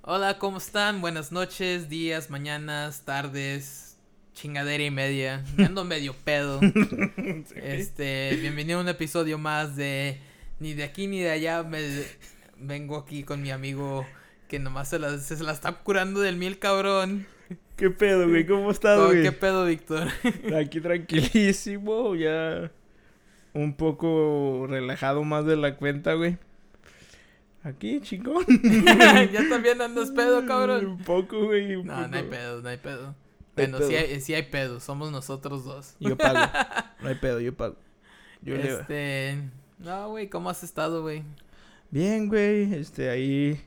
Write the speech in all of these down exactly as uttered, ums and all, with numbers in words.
Hola, ¿cómo están? Buenas noches, días, mañanas, tardes, chingadera y media. Ando medio pedo. Sí. Este, bienvenido a un episodio más de Ni de aquí ni de allá. Me vengo aquí con mi amigo que nomás se la, se la está curando del miel, cabrón. ¿Qué pedo, güey? ¿Cómo estás, ¿Cómo- güey? ¿Qué pedo, Víctor? Aquí tranquilísimo, ya un poco relajado más de la cuenta, güey. Aquí, chingón. Ya también andas pedo, cabrón. Un poco, güey, un No, poco. no hay pedo, no hay pedo. No hay Bueno, pedo. sí hay, sí hay pedo, somos nosotros dos. Yo pago. No hay pedo, yo pago. Yo le... Este, no, güey, ¿cómo has estado, güey? Bien, güey, este, ahí...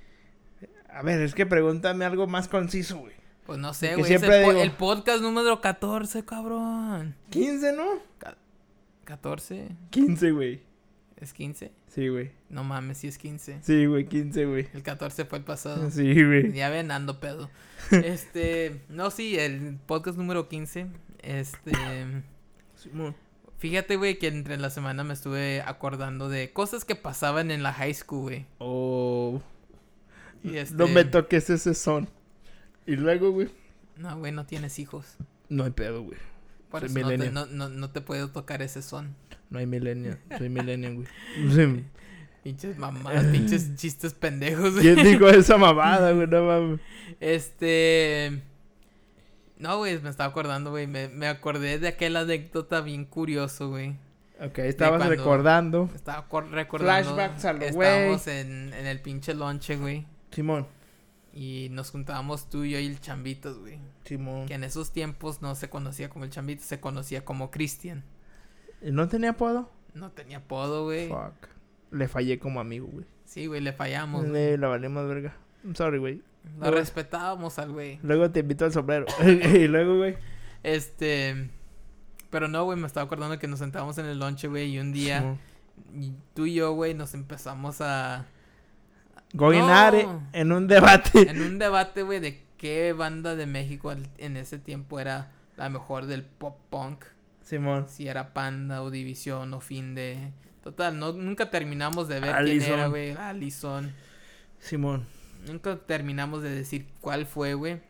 A ver, es que pregúntame algo más conciso, güey. Pues no sé, Que güey. Es siempre el, po- digo- el podcast número catorce, cabrón. quince, ¿no? ¿catorce? quince, güey. ¿Es quince? Sí, güey. No mames, sí es quince. Sí, güey, quince, güey. El catorce fue el pasado. Sí, güey. Ya ven, ando pedo. Este, no, sí, el podcast número quince. Este, Simón. fíjate, güey, que entre la semana me estuve acordando de cosas que pasaban en la high school, güey. Oh... Y este, No me toques ese son. Y luego, güey. No, güey, no tienes hijos. No hay pedo, güey. Por Soy eso no te, millennial. no, no, no te puedo tocar ese son. No hay millennial. Soy millennial, güey. Sí. Pinches mamadas, pinches chistes pendejos, güey. ¿Quién dijo esa mamada, güey? No mames. Este. No, güey, me estaba acordando, güey. Me, me acordé de aquella anécdota bien curioso, güey. Ok, estabas cuando- recordando. Estaba cor- recordando. Flashbacks a lo que güey. estábamos en, en el pinche lonche, güey. Simón. Y nos juntábamos tú y yo y el Chambitos, güey. Simón. Que en esos tiempos no se conocía como el Chambito, se conocía como Cristian. ¿Y no tenía apodo? No tenía apodo, güey. Fuck. Le fallé como amigo, güey. Sí, güey, le fallamos. güey. Le la valimos verga. I'm sorry, güey. Lo luego- respetábamos al güey. Luego te invito al sombrero. Y luego, güey. Este. Pero no, güey, me estaba acordando que nos sentábamos en el lonche, güey, y un día Simón. y tú y yo, güey, nos empezamos a. Going No. at it en un debate. En un debate, güey, de qué banda de México al- en ese tiempo era la mejor del pop punk. Simón. Si era Panda o División o Fin de. Total, no, nunca terminamos de ver Allison. quién era, güey. Allison. Simón. Nunca terminamos de decir cuál fue, güey.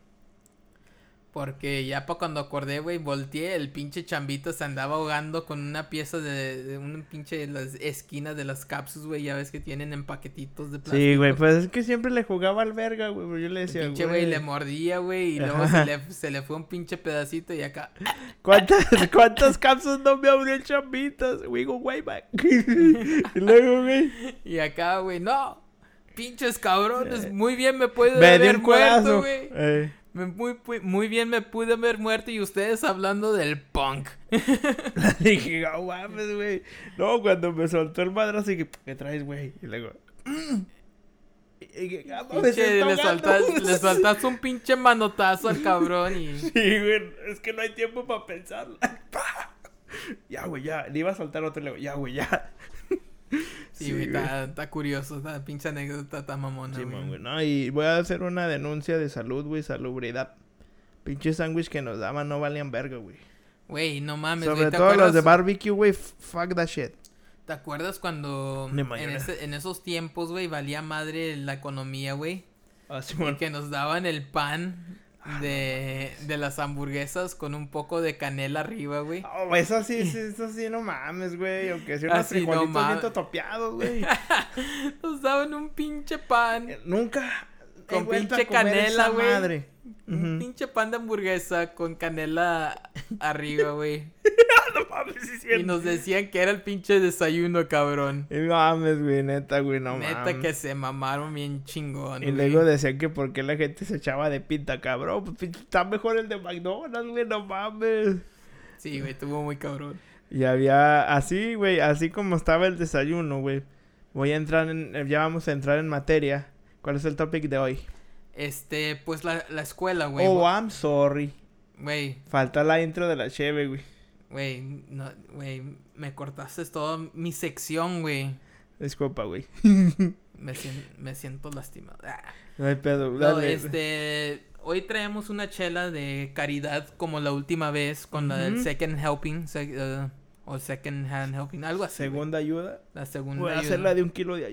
Porque ya para cuando acordé, güey, volteé, el pinche Chambito se andaba ahogando con una pieza de, de un pinche de las esquinas de las cápsulas, güey. Ya ves que tienen en paquetitos de plástico. Sí, güey, pues es que siempre le jugaba al verga, güey. Yo le El decía, pinche güey le mordía, güey, y luego Ajá. se le, se le fue un pinche pedacito y acá. ¿Cuántas, cuántas cápsulas no me abrió el chambitas? We go way back. Y luego, güey. Y acá, güey, no. Pinches cabrones, muy bien me puede Me dio haber un muerto, codazo. güey. Eh, Me- Muy, muy, muy bien me pude haber muerto y ustedes hablando del punk. dije, no mames, güey. No, cuando me soltó el madrazo, dije, ¿qué traes, güey? Y luego, mm. Y dije, ah, mames, se Pinche, está le, ahogando. soltas, le soltaste un pinche manotazo al cabrón y... Sí, güey, es que no hay tiempo para pensarlo. Ya, güey, ya. Le iba a soltar otro, y luego, ya, güey, ya. Sí, güey, está, está curioso, está pinche anécdota, está mamona, Sí, güey. man, güey. No, y voy a hacer una denuncia de salud, güey, salubridad. Pinche sándwich que nos daban no valían verga, güey. Güey, no mames, Sobre güey, ¿te todo los acuerdas? de barbecue, güey, f- fuck that shit. ¿Te acuerdas cuando De en, mayonesa. ese- en esos tiempos, güey, valía madre la economía, güey? Ah, Y que nos daban el pan de, de las hamburguesas con un poco de canela arriba, güey. Oh, eso sí, sí, eso sí, no mames, güey. Aunque sea unos Así no frijolitos bien mames. totopeados, güey. Nos daban un pinche pan. Eh, Nunca he Con vuelto pinche a comer canela, esa güey. madre. Un Ujú. pinche pan de hamburguesa con canela arriba, güey. No mames, sí, Y cierto. nos decían que era el pinche desayuno, cabrón. Y no mames, güey, neta, güey, no Neta mames. que se mamaron bien chingón, Y güey. luego decían que por qué la gente se echaba de pinta, cabrón. Pues pinche, está mejor el de McDonald's, güey, no mames. Sí, güey, estuvo muy cabrón. Y había así, güey, así como estaba el desayuno, güey. Voy a entrar en, ya vamos a entrar en materia. ¿Cuál es el topic de hoy? Este, pues la, la escuela, güey. Oh, I'm sorry. Güey, Falta la intro de la cheve, güey. güey, no, güey, me cortaste toda mi sección, güey. Disculpa, güey. Me, sien- me siento lastimado. Ah. No hay pedo, No, dale. este, hoy traemos una chela de caridad como la última vez con la del Ujú. second helping, sec- uh, o second hand helping, algo así. güey. Segunda ayuda. La segunda Voy a ayuda. hacer la de un kilo de ayuda.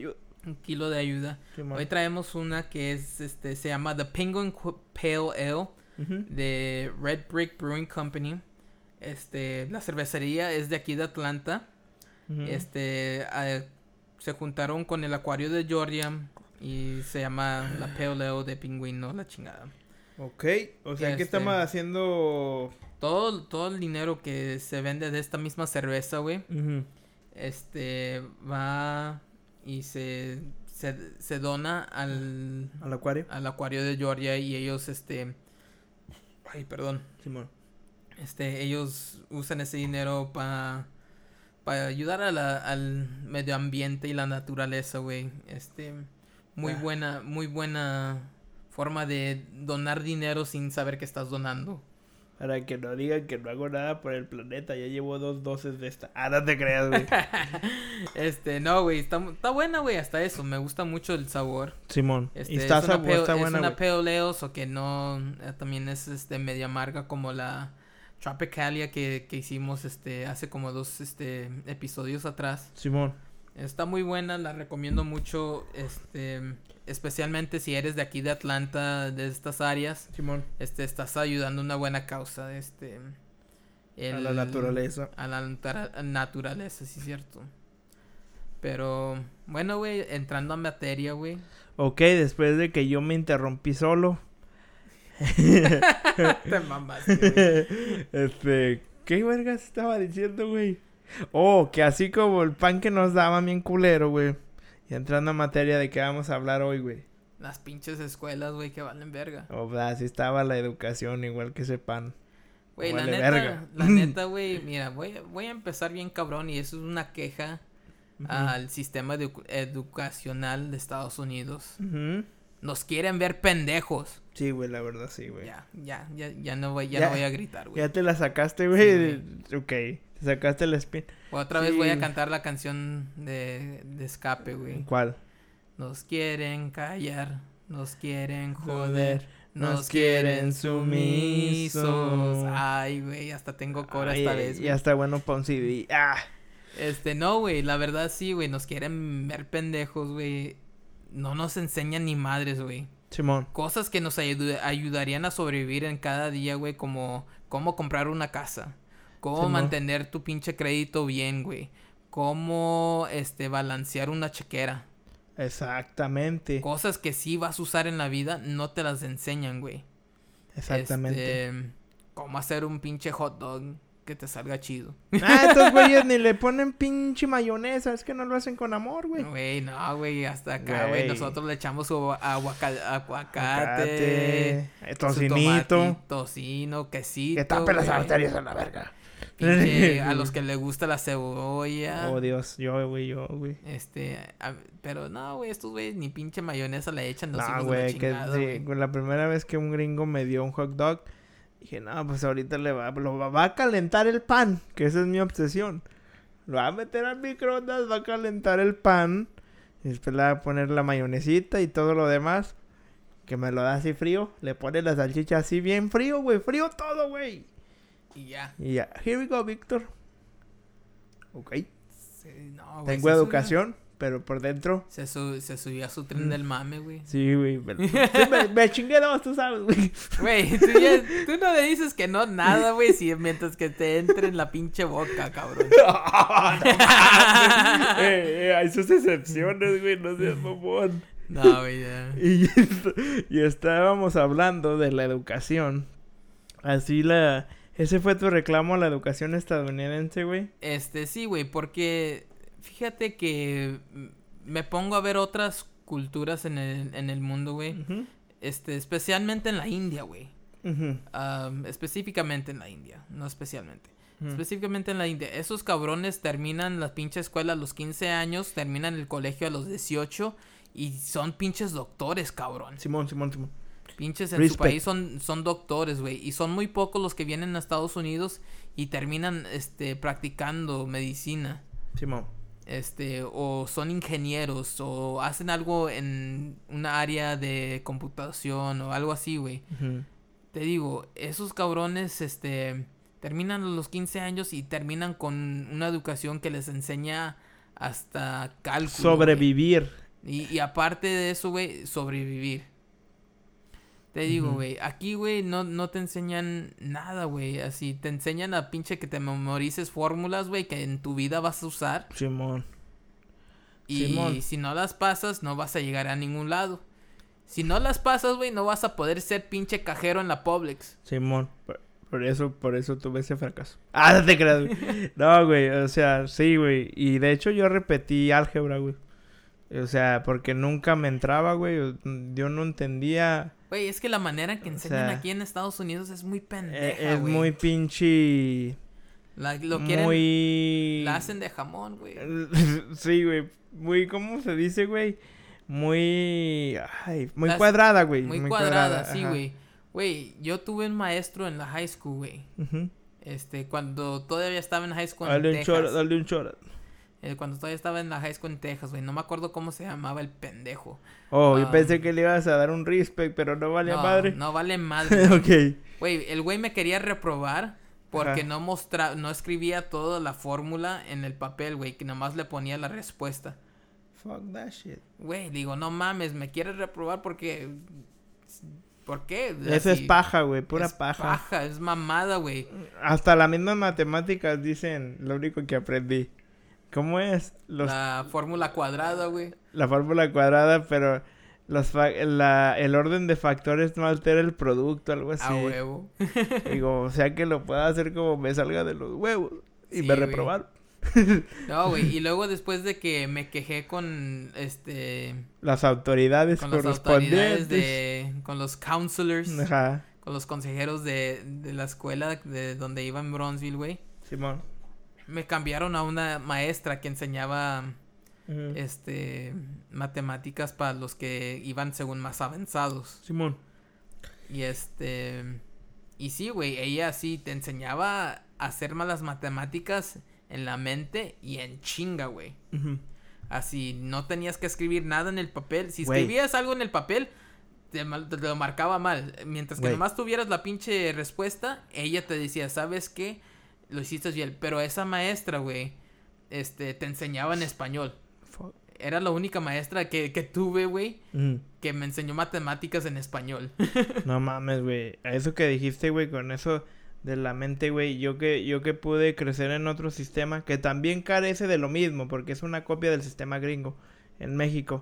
Un kilo de ayuda. Simón. Hoy traemos una que es, este, se llama The Penguin Qu- Pale Ale Ujú. de Red Brick Brewing Company. Este, la cervecería es de aquí de Atlanta. Ujú. Este, a- se juntaron con el acuario de Georgia y se llama la Pale Ale de pingüino, la chingada. Ok, o sea, Este- ¿qué estamos haciendo? Todo, todo el dinero que se vende de esta misma cerveza, güey, Ujú. este, va y se, se, se dona al, ¿Al acuario? al acuario de Georgia y ellos, este, ay, perdón, Simón. este, ellos usan ese dinero para para ayudar a la, al medio ambiente y la naturaleza, güey. Este, muy Ah. buena, muy buena forma de donar dinero sin saber que estás donando. Para que no digan que no hago nada por el planeta. Ya llevo dos dosis de esta. Ah, no te creas, güey. Este, no, güey, está, está buena, güey, hasta eso. Me gusta mucho el sabor. Simón. Este, y está, es una, sabor, pale, está es buena, una güey. pale ale, o que no, eh, también es, este, media amarga como la Tropicalia que, que hicimos, este, hace como dos, este, episodios atrás. Simón. Está muy buena, la recomiendo mucho, este, especialmente si eres de aquí de Atlanta, de estas áreas, Simón. este, estás ayudando a una buena causa, este, A la naturaleza. a la natura- naturaleza, sí, cierto. Pero, bueno, güey, entrando a materia, güey. Ok, después de que yo me interrumpí solo. Te mamaste, güey. Este, ¿qué vergas estaba diciendo, güey? Oh, que así como el pan que nos daban bien culero, güey. Y entrando a materia de qué vamos a hablar hoy, güey. Las pinches escuelas, güey, que valen verga. O sea, así estaba la educación, igual que ese pan. Güey, Vale la neta, verga. la neta, güey, mira, voy, voy a empezar bien cabrón y eso es una queja Ujú. al sistema edu- educacional de Estados Unidos. Ujú. Nos quieren ver pendejos. Sí, güey, la verdad sí, güey. Ya, ya, ya, ya no voy, ya, Ya. no voy a gritar, güey. Ya te la sacaste, güey. Sí, Ok, te sacaste el spin. Otra vez Sí. voy a cantar la canción de, de Escape, güey. ¿Cuál? Nos quieren callar, nos quieren joder, Joder, nos, nos quieren quieren sumisos. sumisos. Ay, güey, hasta tengo coro Ay, esta vez, ya güey. está bueno para un C D. Ah. Este, no, güey, la verdad sí, güey, nos quieren ver pendejos, güey. No nos enseñan ni madres, güey. Simón. Cosas que nos ayuda- ayudarían a sobrevivir en cada día, güey, como cómo comprar una casa, cómo Simón. mantener tu pinche crédito bien, güey, cómo, este, balancear una chequera. Exactamente. Cosas que sí vas a usar en la vida, no te las enseñan, güey. Exactamente. Este, cómo hacer un pinche hot dog que te salga chido. Ah, estos güeyes ni le ponen pinche mayonesa. Es que no lo hacen con amor, güey. Güey, no, güey, hasta acá, güey, Güey. nosotros le echamos su aguaca- aguacate, Aguacate, eh, su tocinito. tomati- tocino, quesito, Que tape las güey. arterias a la verga. Pinche, a los que les gusta la cebolla. Oh, Dios. Yo, güey, yo, güey. Este, a- pero no, güey, estos güeyes ni pinche mayonesa le echan los No, hijos de la güey, que chingada, sí, güey. güey, la primera vez que un gringo me dio un hot dog, dije, no, pues ahorita le va, lo va, va a calentar el pan, que esa es mi obsesión. Lo va a meter al microondas, va a calentar el pan, y después le va a poner la mayonesita y todo lo demás, que me lo da así frío, le pone la salchicha así bien frío, güey, frío todo, güey. Y ya. Y ya, here we go, Víctor. Ok, Sí, no, güey, tengo se educación, pero por dentro... subió- Se, su- se subió a su tren Mm. del mame, güey. Sí, güey, pero- sí, me, me chingué dos, tú sabes, güey. Güey, tú, ya- tú no le dices que no nada, güey, si mientras que te entre en la pinche boca, cabrón. eh, eh, hay sus excepciones, güey, no seas mamón. No, güey, ya. Y, y estábamos hablando de la educación. Así la... Ese fue tu reclamo a la educación estadounidense, güey. Este, sí, güey, porque fíjate que mm, me pongo a ver otras culturas en el, en el mundo, güey. Ujú, Este, especialmente en la India, güey. ujú, Am, específicamente en la India, no especialmente. ujú. Específicamente en la India. Esos cabrones terminan la pinche escuela a los quince años, terminan el colegio a los dieciocho y son pinches doctores, cabrón. Simón, Simón, Simón. Pinches en Respect. su país son, son doctores, güey. Y son muy pocos los que vienen a Estados Unidos y terminan este, practicando medicina. Simón. Este, o son ingenieros, o hacen algo en una área de computación o algo así, güey. Ujú. Te digo, esos cabrones, este, terminan a los quince años y terminan con una educación que les enseña hasta cálculo. güey. Sobrevivir Y, y aparte de eso, güey, sobrevivir. Te digo, güey, uh-huh. aquí, güey, no, no te enseñan nada, güey. Así, te enseñan a pinche que te memorices fórmulas, güey, que en tu vida vas a usar. Simón. Y Simón. si no las pasas, no vas a llegar a ningún lado. Si no las pasas, güey, no vas a poder ser pinche cajero en la Publix. Simón, por, por eso, por eso tuve ese fracaso. Ah, no te creas, güey. No, güey, o sea, sí, güey. Y de hecho yo repetí álgebra, güey. O sea, porque nunca me entraba, güey. Yo no entendía... Güey, es que la manera en que enseñan o sea, aquí en Estados Unidos es muy pendeja, Es güey. muy pinche... La, lo quieren... Muy... La hacen de jamón, güey. Sí, güey. Muy... ¿Cómo se dice, güey? Muy... Ay, muy Las... cuadrada, güey. Muy, muy cuadrada, cuadrada, sí, güey. Güey, yo tuve un maestro en la high school, güey. Uh-huh. Este, cuando todavía estaba en high school dale en un Texas. Chora, dale un chora. Eh, cuando todavía estaba en la high school en Texas, güey. No me acuerdo cómo se llamaba el pendejo. Oh, um, yo pensé um, que le ibas a dar un respect, pero no vale no, madre. No vale madre. Ok. Güey, el güey me quería reprobar porque Ajá. no mostra, no escribía toda la fórmula en el papel, güey. Que nomás le ponía la respuesta. Fuck that shit. Güey, digo, no mames, me quieres reprobar porque... ¿Por qué? Eso es paja, güey, pura es paja. paja, es mamada, güey. Hasta las mismas matemáticas dicen lo único que aprendí. ¿Cómo es? Los... La fórmula cuadrada, güey. La fórmula cuadrada, pero los fa... la... el orden de factores no altera el producto, algo así. A huevo. Digo, o sea que lo pueda hacer como me salga de los huevos. Y sí, me reprobaron. No, güey, y luego después de que me quejé con, este... Las autoridades con las autoridades de... Con los counselors. Ajá. Con los consejeros de, de la escuela de donde iba en Bronzeville, güey. Simón. Me cambiaron a una maestra que enseñaba, uh-huh. este, matemáticas para los que iban según más avanzados. Simón. Y este... Y sí, güey, ella sí te enseñaba a hacer malas matemáticas... en la mente y en chinga, güey. Uh-huh. Así, no tenías que escribir nada en el papel. Si escribías wey. algo en el papel, te, te, te lo marcaba mal. Mientras que wey. nomás tuvieras la pinche respuesta, ella te decía, ¿sabes qué? Lo hiciste bien. Pero esa maestra, güey, este, te enseñaba en español. Fuck. Era la única maestra que, que tuve, güey, uh-huh. que me enseñó matemáticas en español. No mames, güey. A eso que dijiste, güey, con eso... de la mente, güey, yo que yo que pude crecer en otro sistema que también carece de lo mismo, porque es una copia del sistema gringo en México.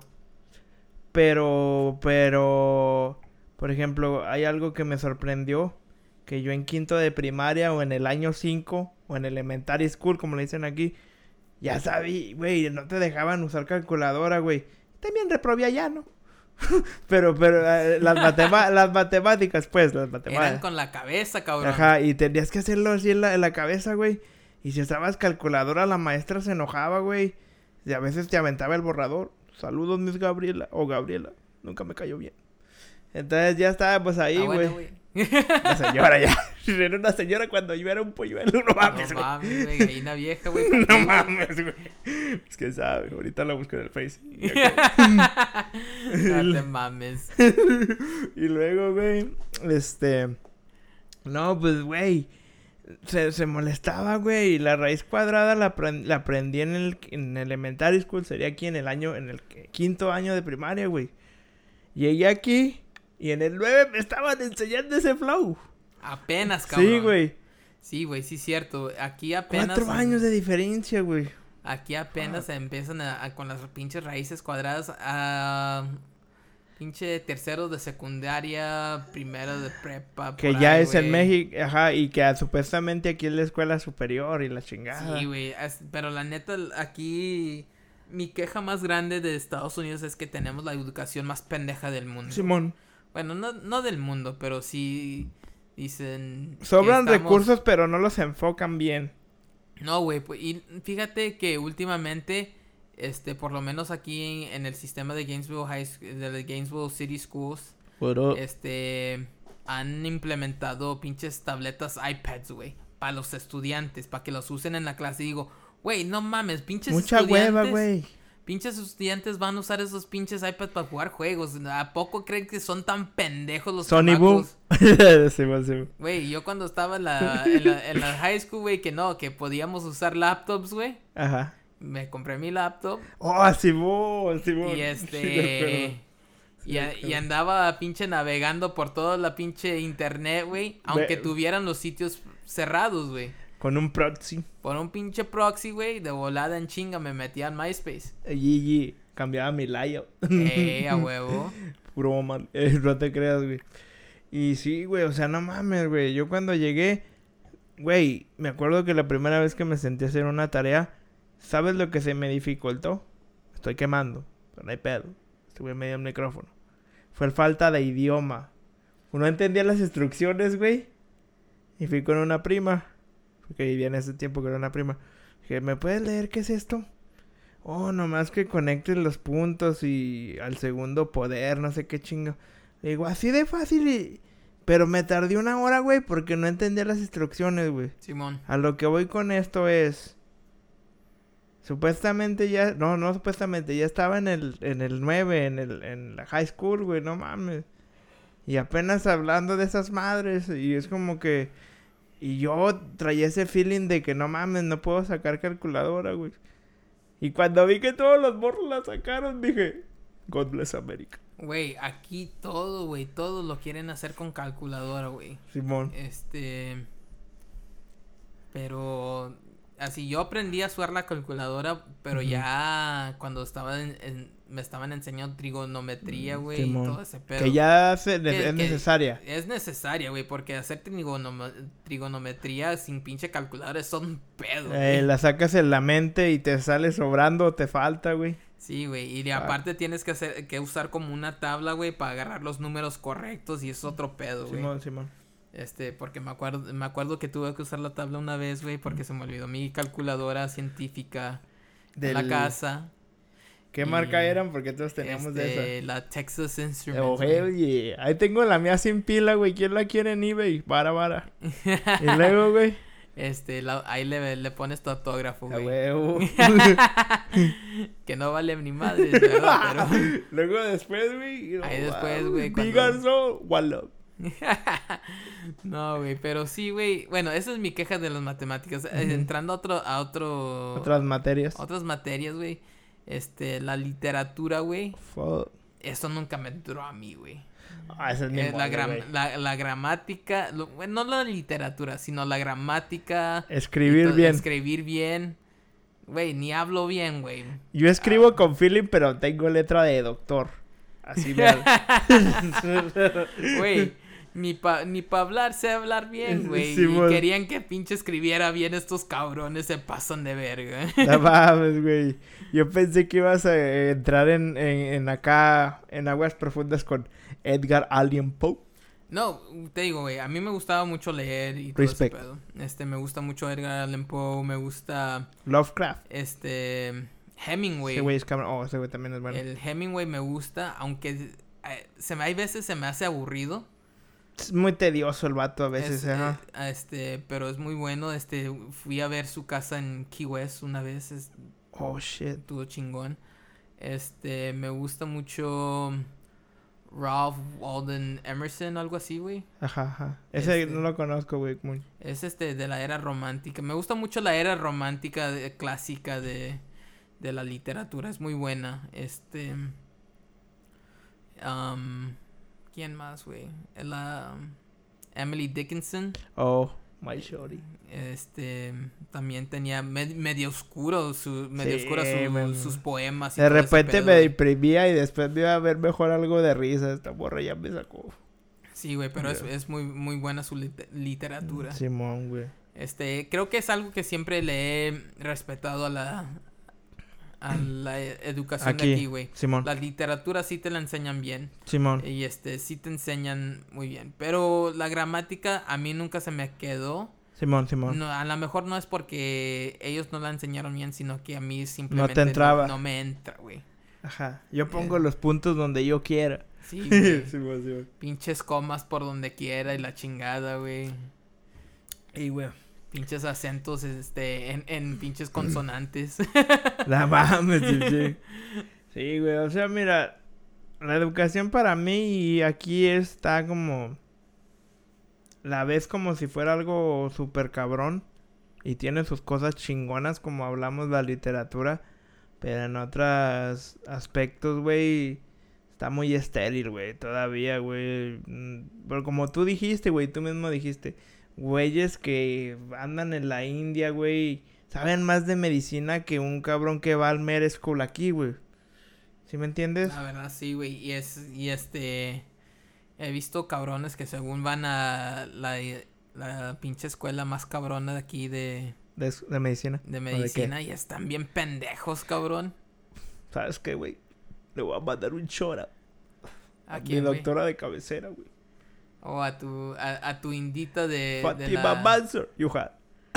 Pero, pero, por ejemplo, hay algo que me sorprendió, que yo en quinto de primaria o en el año cinco o en elementary school, como le dicen aquí, ya sabía, güey, no te dejaban usar calculadora, güey. También reprobé allá, ¿no? pero, pero, uh, las, matema- las matemáticas, pues, las matemáticas. Eran con la cabeza, cabrón. Ajá, y tenías que hacerlo así en la, en la cabeza, güey. Y si usabas calculadora, la maestra se enojaba, güey. Y a veces te aventaba el borrador. Saludos, Miss Gabriela. O Gabriela. Nunca me cayó bien. Entonces ya estaba, pues, ahí, güey. Ah, bueno, la señora ya. Era una señora cuando yo era un polluelo. No mames, güey. No mames, güey. Gallina vieja, güey. No mames, güey. Es que sabe. Ahorita la busco en el Face. No te mames. Y luego, güey, este... No, pues, güey. Se, se molestaba, güey. Y la raíz cuadrada la, aprend- la aprendí en el en elementary school. Sería aquí en el año... En el quinto año de primaria, güey. Llegué aquí... Y en el nueve me estaban enseñando ese flow. Apenas, cabrón. Sí, güey. Sí, güey, sí es cierto. Aquí apenas... Cuatro años de diferencia, güey. Aquí apenas ah. empiezan a, a, con las pinches raíces cuadradas a... Pinche tercero de secundaria, primero de prepa. Que ya ahí, es wey. En México, ajá, y que a, supuestamente aquí es la escuela superior y la chingada. Sí, güey, pero la neta, aquí... Mi queja más grande de Estados Unidos es que tenemos la educación más pendeja del mundo. Simón. Bueno, no, no del mundo, pero sí dicen... Sobran estamos... recursos, pero no los enfocan bien. No, güey, pues, y fíjate que últimamente, este, por lo menos aquí en, en el sistema de Gainesville High, de Gainesville City Schools, pero... este, han implementado pinches tabletas iPads, güey, para los estudiantes, para que los usen en la clase. Y digo, güey, no mames, pinches Mucha estudiantes... Mucha hueva, güey. Pinches estudiantes van a usar esos pinches iPads para jugar juegos. ¿A poco creen que son tan pendejos los Sony Boom. Sí, sí. Güey, yo cuando estaba en la, en la, en la high school, güey, que no, que podíamos usar laptops, güey. Ajá. me compré mi laptop. Oh, Simón, Simón. Y este... Y, a, y andaba pinche navegando por toda la pinche internet, güey. Aunque Ve... tuvieran los sitios cerrados, güey. Con un proxy. Por un pinche proxy, güey. De volada en chinga me metía en MySpace. Y cambiaba mi layout. Eh, a huevo. Puro mal. Eh, no te creas, güey. Y sí, güey. O sea, no mames, güey. Yo cuando llegué... Güey, me acuerdo que la primera vez que me senté a hacer una tarea... ¿Sabes lo que se me dificultó? Estoy quemando. Pero no hay pedo. Estuve medio el micrófono. Fue falta de idioma. No entendía las instrucciones, güey. Y fui con una prima. Porque vivía en ese tiempo con una prima. Dije, ¿me puedes leer qué es esto? Oh, nomás que conectes los puntos y al segundo poder, no sé qué chingo. Le digo, así de fácil y... Pero me tardé una hora, güey, porque no entendía las instrucciones, güey. Simón. A lo que voy con esto es... Supuestamente ya... No, no supuestamente. Ya estaba en el, en el nueve, en, el, en la high school, güey. No mames. Y apenas hablando de esas madres. Y es como que... Y yo traía ese feeling de que no mames, no puedo sacar calculadora, güey. Y cuando vi que todos los morros la sacaron, dije... God bless America. Güey, aquí todo, güey. Todos lo quieren hacer con calculadora, güey. Simón. Este... Pero... Así yo aprendí a usar la calculadora, pero uh-huh. ya cuando estaba en, en, me estaban enseñando trigonometría, güey, y todo ese pedo. Que ya se, que, es necesaria. Es necesaria, güey, porque hacer trigonom- trigonometría sin pinche calculadora es un pedo, eh, la sacas en la mente y te sale sobrando o te falta, güey. Sí, güey, y de ah. aparte tienes que hacer que usar como una tabla, güey, para agarrar los números correctos y es otro pedo, güey. Simón, Simón. Este, porque me acuerdo, me acuerdo que tuve que usar la tabla una vez, güey, porque se me olvidó mi calculadora científica de la casa. ¿Qué y marca eran? Porque todos teníamos este, de esa. La Texas Instruments. Oh, hell yeah. Ahí tengo la mía sin pila, güey. ¿Quién la quiere en eBay? Vara, vara. Y luego, güey. Este, la, ahí le, le pones tu autógrafo, güey. A huevo. Que no vale ni madre, ¿verdad? Pero... Luego después, güey. No, ahí después, güey. Cuando... Digan so, one love. No, güey, pero sí, güey. Bueno, esa es mi queja de las matemáticas. Uh-huh. eh, entrando a otro, a otro... Otras materias. Otras materias, güey. Este, la literatura, güey. Fuck. Eso nunca me entró a mí, güey. Ah, esa es mi eh, la, madre, gram- la, la gramática, lo, bueno, no la literatura, sino la gramática. Escribir bien. Escribir bien. Güey, ni hablo bien, güey. Yo escribo ah. con feeling, pero tengo letra de doctor. Así me Güey, ni pa, ni pa hablar sé hablar bien, güey. Sí, y bueno. Querían que pinche escribiera bien estos cabrones, se pasan de verga. No mames, güey. Yo pensé que ibas a entrar en, en, en acá, en aguas profundas con Edgar Allan Poe. No, te digo, güey, a mí me gustaba mucho leer y todo Respect. Ese pedo. Este, me gusta mucho Edgar Allan Poe, me gusta... Lovecraft. Este... Hemingway. Ese güey es cabrón. Oh, ese güey también es bueno. El Hemingway me gusta, aunque eh, se me, hay veces se me hace aburrido. Es muy tedioso el vato a veces, es, ajá. Eh, este, pero es muy bueno. Este, fui a ver su casa en Key West una vez. Es, oh, shit. Estuvo chingón. Este, me gusta mucho Ralph Waldo Emerson, algo así, güey. Ajá, ajá. Ese este, no lo conozco, güey. Muy... Es este, de la era romántica. Me gusta mucho la era romántica de, clásica de... de la literatura, es muy buena. Este um, ¿quién más, güey? La um, Emily Dickinson. Oh, my shorty. Este también tenía med- medio oscuro su medio sí, oscuro su, sus poemas y de repente me deprimía y después me iba a ver mejor algo de risa. Esta borra ya me sacó. Sí, güey, pero yeah. es, es muy muy buena su lit- literatura. Simón, güey. Este, creo que es algo que siempre le he respetado a la a la educación aquí, de aquí, güey. Simón. La literatura sí te la enseñan bien. Simón. Y este, sí te enseñan muy bien. Pero la gramática a mí nunca se me quedó. Simón, Simón. No, a lo mejor no es porque ellos no la enseñaron bien, sino que a mí simplemente no, te entraba. no, no me entra, güey. Ajá. Yo pongo eh. los puntos donde yo quiera. Sí, güey. Simón, Simón. Pinches comas por donde quiera y la chingada, güey. Y, güey. Pinches acentos, este, en, en pinches consonantes. La mames, sí, sí. Sí, güey, o sea, mira, la educación para mí aquí está como... La ves como si fuera algo súper cabrón. Y tiene sus cosas chingonas, como hablamos de la literatura. Pero en otros aspectos, güey, está muy estéril, güey, todavía, güey. Pero como tú dijiste, güey, tú mismo dijiste, güeyes que andan en la India, güey, saben más de medicina que un cabrón que va al Med School aquí, güey. ¿Sí me entiendes? La verdad, sí, güey. Y es, y este, he visto cabrones que según van a la, la pinche escuela más cabrona de aquí de... De, de medicina. De medicina y están bien pendejos, cabrón. ¿Sabes qué, güey? Le voy a mandar un chora. ¿A, a quién, mi doctora wey? De cabecera, güey. O a tu, a, a tu indita de... Fatima de la... Mansour. Yuja.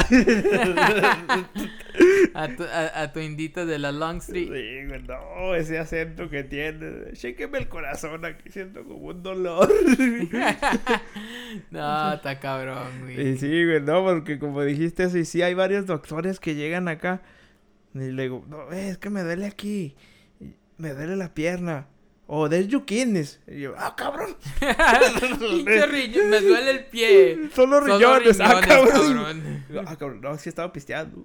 a, tu, a, a tu indita de la Longstreet. Sí, güey, no, ese acento que tiene. Chéqueme el corazón, aquí siento como un dolor. No, está cabrón, güey. Y sí, güey, no, porque como dijiste eso, y sí hay varios doctores que llegan acá. Y le digo, no, es que me duele aquí. Me duele la pierna. O oh, there's your kidneys. Y yo, ah, cabrón. Pinche riñón, me duele el pie. Son los riñones, Son los riñones, ah, cabrón. cabrón. Ah, cabrón, no, sí estaba pisteando.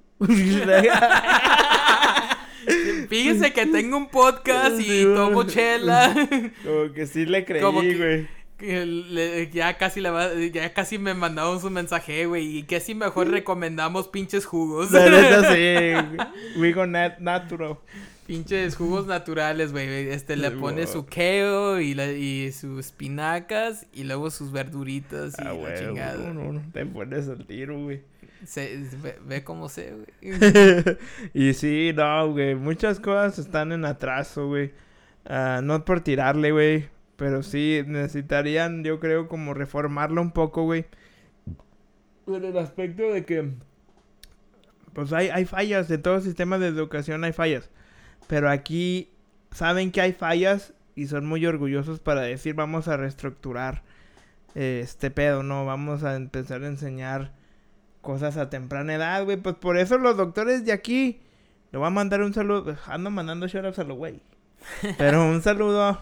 Fíjese que tengo un podcast y sí, tomo chela. Como que sí le creí, güey. Que le, ya casi le va, ya casi me mandaron su mensaje, güey. Y que si mejor recomendamos pinches jugos. La neta sí. We go nat natural. Pinches jugos naturales, güey. Este, le pone su kale y, la, y sus espinacas y luego sus verduritas y ah, la güey, chingada. No, no, no, te pones al tiro, güey. Se, ve, ve cómo sé, güey. Y sí, no, güey. Muchas cosas están en atraso, güey. Uh, no por tirarle, güey. Pero sí necesitarían, yo creo, como reformarlo un poco, güey. En el aspecto de que... Pues hay, hay fallas. De todo sistema de educación hay fallas. Pero aquí saben que hay fallas y son muy orgullosos para decir vamos a reestructurar eh, este pedo, ¿no? Vamos a empezar a enseñar cosas a temprana edad, güey. Pues por eso los doctores de aquí, le voy a mandar un saludo. Ando mandando shoutouts a los güey. Pero un saludo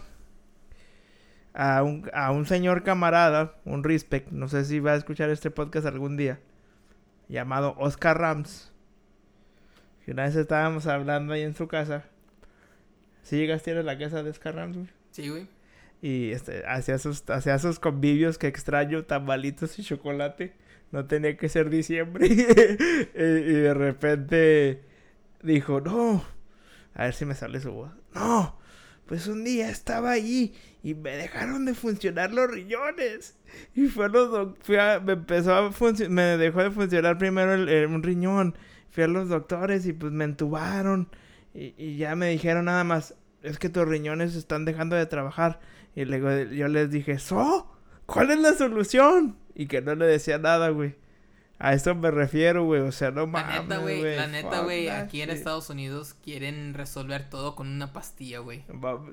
a un, a un señor camarada, un respect. No sé si va a escuchar este podcast algún día. Llamado Oscar Rams. Que una vez estábamos hablando ahí en su casa. ¿Sí llegaste a ir a la casa de Oscar Rams, güey? Sí, güey. Y este, hacía sus, hacía sus convivios que extraño, tambalitos y chocolate. No tenía que ser diciembre. y, y de repente dijo, no. A ver si me sale su voz. No, pues un día estaba ahí y me dejaron de funcionar los riñones. Y fue a los doc- fui a, me empezó a funcionar, me dejó de funcionar primero el, el, un riñón. Fui a los doctores y pues me entubaron. Y, y ya me dijeron nada más, es que tus riñones están dejando de trabajar. Y luego yo les dije, ¿so? ¿Cuál es la solución? Y que no le decía nada, güey. A eso me refiero, güey. O sea, no mames, La neta, güey. La neta, güey. Aquí shit. en Estados Unidos quieren resolver todo con una pastilla, güey.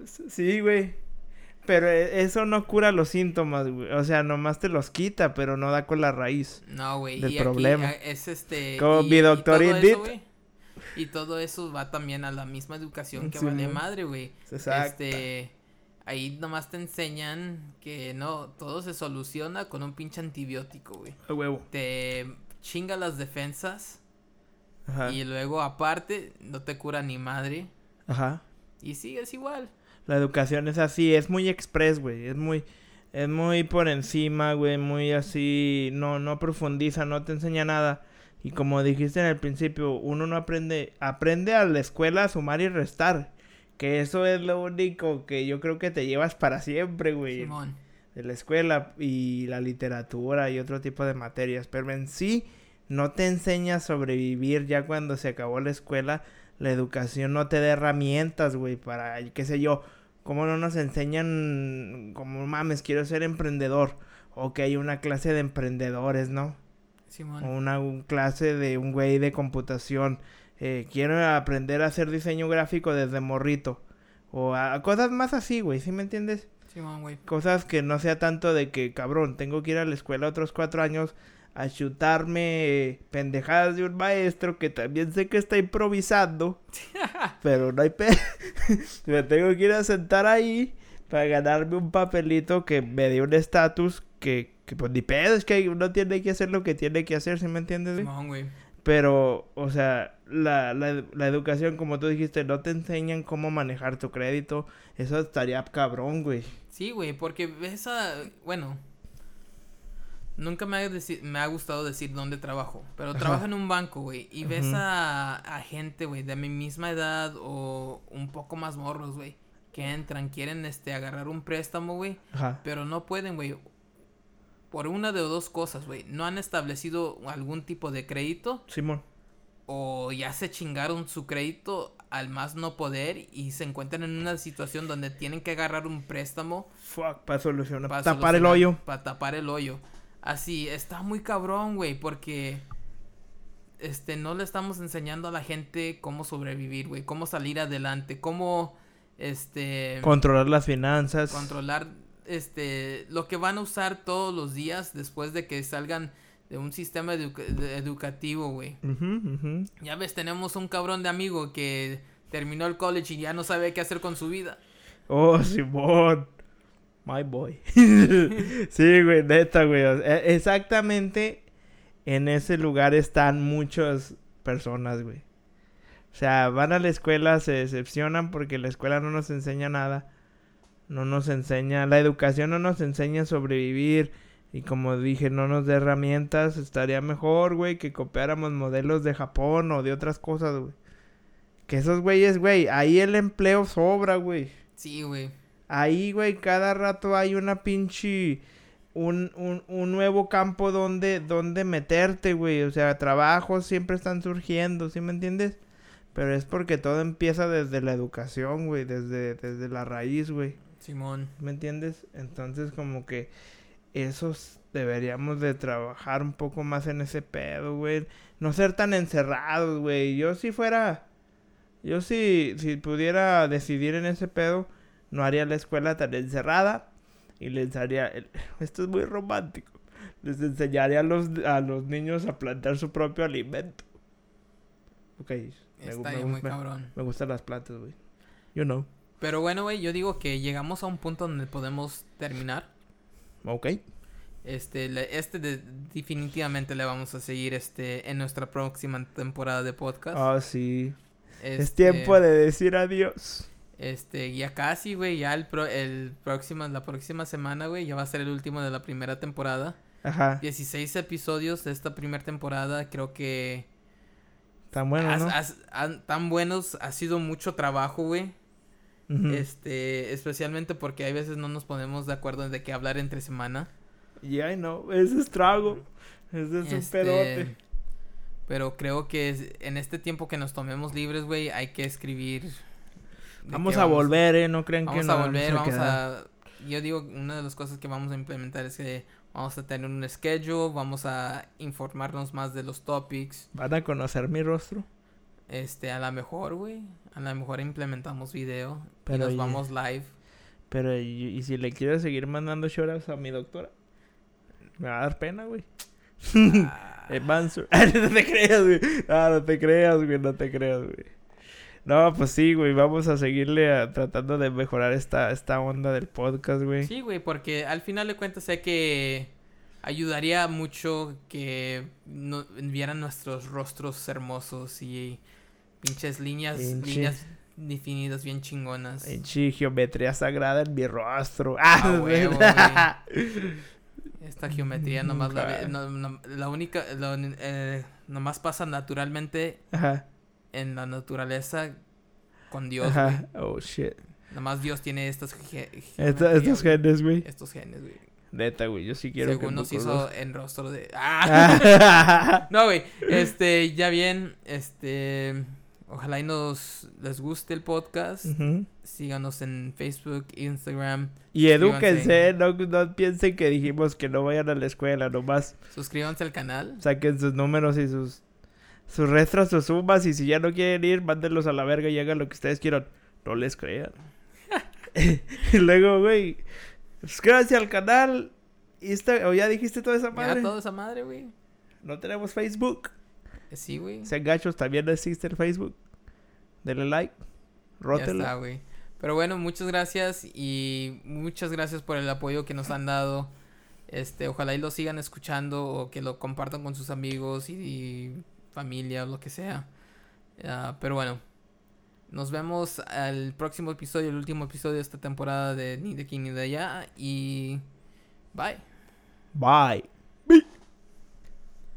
Sí, güey. Pero eso no cura los síntomas, güey. O sea, nomás te los quita, pero no da con la raíz. No, güey. Del y problema. Aquí es este. Como y, mi doctor y todo Indit. eso, güey. Y todo eso va también a la misma educación que Sí, vale man. madre, güey. Exacto. Este. Ahí nomás te enseñan que no, todo se soluciona con un pinche antibiótico, güey. A huevo. Te chinga las defensas. Ajá. Y luego, aparte, no te cura ni madre. Ajá. Y sigues igual. La educación es así, es muy express, güey. Es muy, es muy por encima, güey. Muy así, no, no profundiza, no te enseña nada. Y como dijiste en el principio, uno no aprende, aprende a la escuela a sumar y restar. Que eso es lo único que yo creo que te llevas para siempre, güey. Simón. De la escuela y la literatura y otro tipo de materias. Pero en sí no te enseña a sobrevivir ya cuando se acabó la escuela. La educación no te da herramientas, güey, para, qué sé yo. ¿Cómo no nos enseñan, como mames, quiero ser emprendedor? O que hay una clase de emprendedores, ¿no? Simón. O una un clase de un güey de computación. Eh, quiero aprender a hacer diseño gráfico desde morrito. O a, a cosas más así, güey, ¿sí me entiendes? Simón, güey. Cosas que no sea tanto de que, cabrón, tengo que ir a la escuela otros cuatro años a chutarme pendejadas de un maestro que también sé que está improvisando. Pero no hay pe... Me tengo que ir a sentar ahí para ganarme un papelito que me dé un estatus que, que pues ni pedo, es que uno tiene que hacer lo que tiene que hacer, ¿sí me entiendes, güey? Simón, güey. Pero, o sea, la, la, la educación, como tú dijiste, no te enseñan cómo manejar tu crédito. Eso estaría cabrón, güey. Sí, güey, porque ves a... Bueno, nunca me ha, deci- me ha gustado decir dónde trabajo. Pero Ajá. trabajo en un banco, güey. Y ves Ujú. a, a gente, güey, de mi misma edad o un poco más morros, güey. Que entran, quieren este agarrar un préstamo, güey. Ajá. Pero no pueden, güey. Por una de dos cosas, güey. No han establecido algún tipo de crédito. Simón. O ya se chingaron su crédito al más no poder. Y se encuentran en una situación donde tienen que agarrar un préstamo. Fuck, para solucionar. Para Tapar el hoyo. Para tapar el hoyo. Así, está muy cabrón, güey. Porque... Este, no le estamos enseñando a la gente cómo sobrevivir, güey. Cómo salir adelante. Cómo... Este... Controlar las finanzas. controlar este lo que van a usar todos los días después de que salgan de un sistema educa- de- educativo, güey. Ujú, ujú. Ya ves, tenemos un cabrón de amigo que terminó el college y ya no sabe qué hacer con su vida. Oh, Simón. My boy. Sí, güey, neta, güey. O sea, e- exactamente en ese lugar están muchas personas, güey. O sea, van a la escuela, se decepcionan porque la escuela no nos enseña nada. No nos enseña, la educación no nos enseña a sobrevivir. Y como dije, no nos da herramientas. Estaría mejor, güey, que copiáramos modelos de Japón o de otras cosas, güey. Que esos güeyes, güey, ahí el empleo sobra, güey. Sí, güey. Ahí, güey, cada rato hay una pinche... Un, un, un nuevo campo donde, donde meterte, güey. O sea, trabajos siempre están surgiendo, ¿sí me entiendes? Pero es porque todo empieza desde la educación, güey. Desde, desde la raíz, güey. Simón. ¿Me entiendes? Entonces, como que... Esos deberíamos de trabajar un poco más en ese pedo, güey. No ser tan encerrados, güey. Yo si fuera... Yo si, si pudiera decidir en ese pedo... No haría la escuela tan encerrada. Y les haría... el- Esto es muy romántico. Les enseñaría a los, a los niños a plantar su propio alimento. Ok. Me, gu- Está me ya gu- muy me- cabrón. me gustan las plantas, güey. You know. Pero bueno, güey, yo digo que llegamos a un punto donde podemos terminar. Ok. Este, le- este de- definitivamente le vamos a seguir este en nuestra próxima temporada de podcast. Ah, sí. Es Este, tiempo de decir adiós. Este, ya casi, güey, ya el, pro, el próxima, la próxima semana, güey, ya va a ser el último de la primera temporada. Ajá. dieciséis episodios de esta primera temporada, creo que... Tan bueno, has- ¿no? has- han- tan buenos, ha sido mucho trabajo, güey. Ujú. Este, especialmente porque hay veces no nos ponemos de acuerdo de qué hablar entre semana. Ya, no, ese es trago. Ese es un Este, pedote. Pero creo que es- en este tiempo que nos tomemos libres, güey, hay que escribir. de Vamos qué a volver, eh, no crean que Vamos no a volver, vamos quedar. a... Yo digo, una de las cosas que vamos a implementar es que vamos a tener un schedule, vamos a informarnos más de los topics. ¿Van a conocer mi rostro? Este, a lo mejor, güey, a lo mejor implementamos video Pero y nos y- vamos live. Pero, ¿y, y si le quiero seguir mandando shoutouts a mi doctora? Me va a dar pena, güey. Ah, Eh, Mansur. No te creas, güey. No, no te creas, güey. No te creas, güey. No, pues sí, güey. Vamos a seguirle a- tratando de mejorar esta, esta onda del podcast, güey. sí, güey, porque al final de cuentas sé que ayudaría mucho que no, vieran nuestros rostros hermosos y pinches líneas, Pinche- líneas definidas bien chingonas. Pinche geometría sagrada en mi rostro. Ah, Ah, güey. huevo, Esta geometría nomás la, ve- no- no- la única, la uni- eh, nomás pasa naturalmente Ajá. en la naturaleza con Dios, güey. Ajá. Oh, shit. Nomás Dios tiene estas ge- Esta- geometría, estos güey. genes, güey. Estos genes, güey. Neta, güey. Yo sí quiero Según que nos me hizo conozca. en rostro de... ¡Ah! Ah. No, güey. Este, ya bien. Este... Ojalá y nos les guste el podcast. Ujú. Síganos en Facebook, Instagram. Y Suscríbanse. edúquense, no, no piensen que dijimos que no vayan a la escuela, nomás Suscríbanse al canal. saquen sus números y sus sus restas, sus sumas, y si ya no quieren ir, mándenlos a la verga y hagan lo que ustedes quieran. No les crean. Y luego, güey, suscríbanse al canal. Insta- ¿O ya dijiste toda esa madre? Ya toda esa madre, güey. No tenemos Facebook. Sí, güey. Sean gachos, también existe el Facebook. Denle like. Ya Rótelo. está, güey. Pero bueno, muchas gracias y muchas gracias por el apoyo que nos han dado. Este, ojalá y lo sigan escuchando o que lo compartan con sus amigos y, y familia o lo que sea. Uh, pero bueno, nos vemos al próximo episodio, el último episodio de esta temporada de Ni de aquí ni de allá. Y bye. Bye.